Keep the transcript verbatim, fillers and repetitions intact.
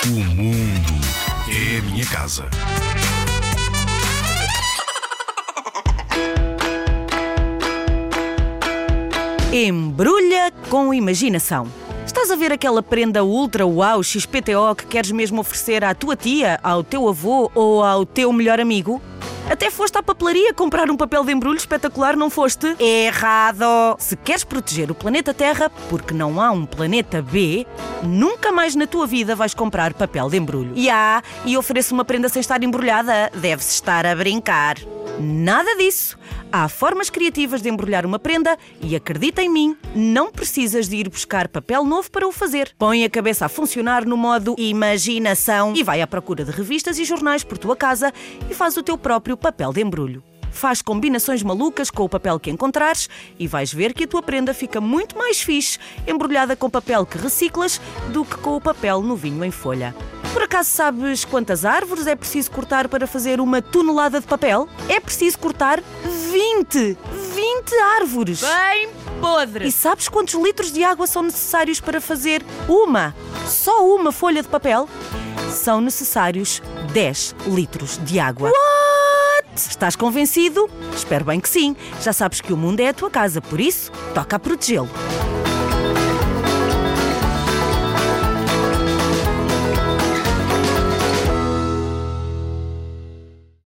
O mundo é a minha casa. Embrulha com imaginação. Estás a ver aquela prenda ultra uau X P T O que queres mesmo oferecer à tua tia, ao teu avô ou ao teu melhor amigo? Até foste à papelaria comprar um papel de embrulho espetacular, não foste? Errado! Se queres proteger o planeta Terra, porque não há um planeta B, nunca mais na tua vida vais comprar papel de embrulho. E há, e ofereço uma prenda sem estar embrulhada, deve-se estar a brincar. Nada disso! Há formas criativas de embrulhar uma prenda e, acredita em mim, não precisas de ir buscar papel novo para o fazer. Põe a cabeça a funcionar no modo imaginação e vai à procura de revistas e jornais por tua casa e faz o teu próprio papel de embrulho. Faz combinações malucas com o papel que encontrares e vais ver que a tua prenda fica muito mais fixe embrulhada com papel que reciclas do que com o papel novinho em folha. Por acaso sabes quantas árvores é preciso cortar para fazer uma tonelada de papel? É preciso cortar vinte! vinte árvores! Bem podre! E sabes quantos litros de água são necessários para fazer uma, só uma folha de papel? São necessários dez litros de água. What? Estás convencido? Espero bem que sim. Já sabes que o mundo é a tua casa, por isso, toca a protegê-lo.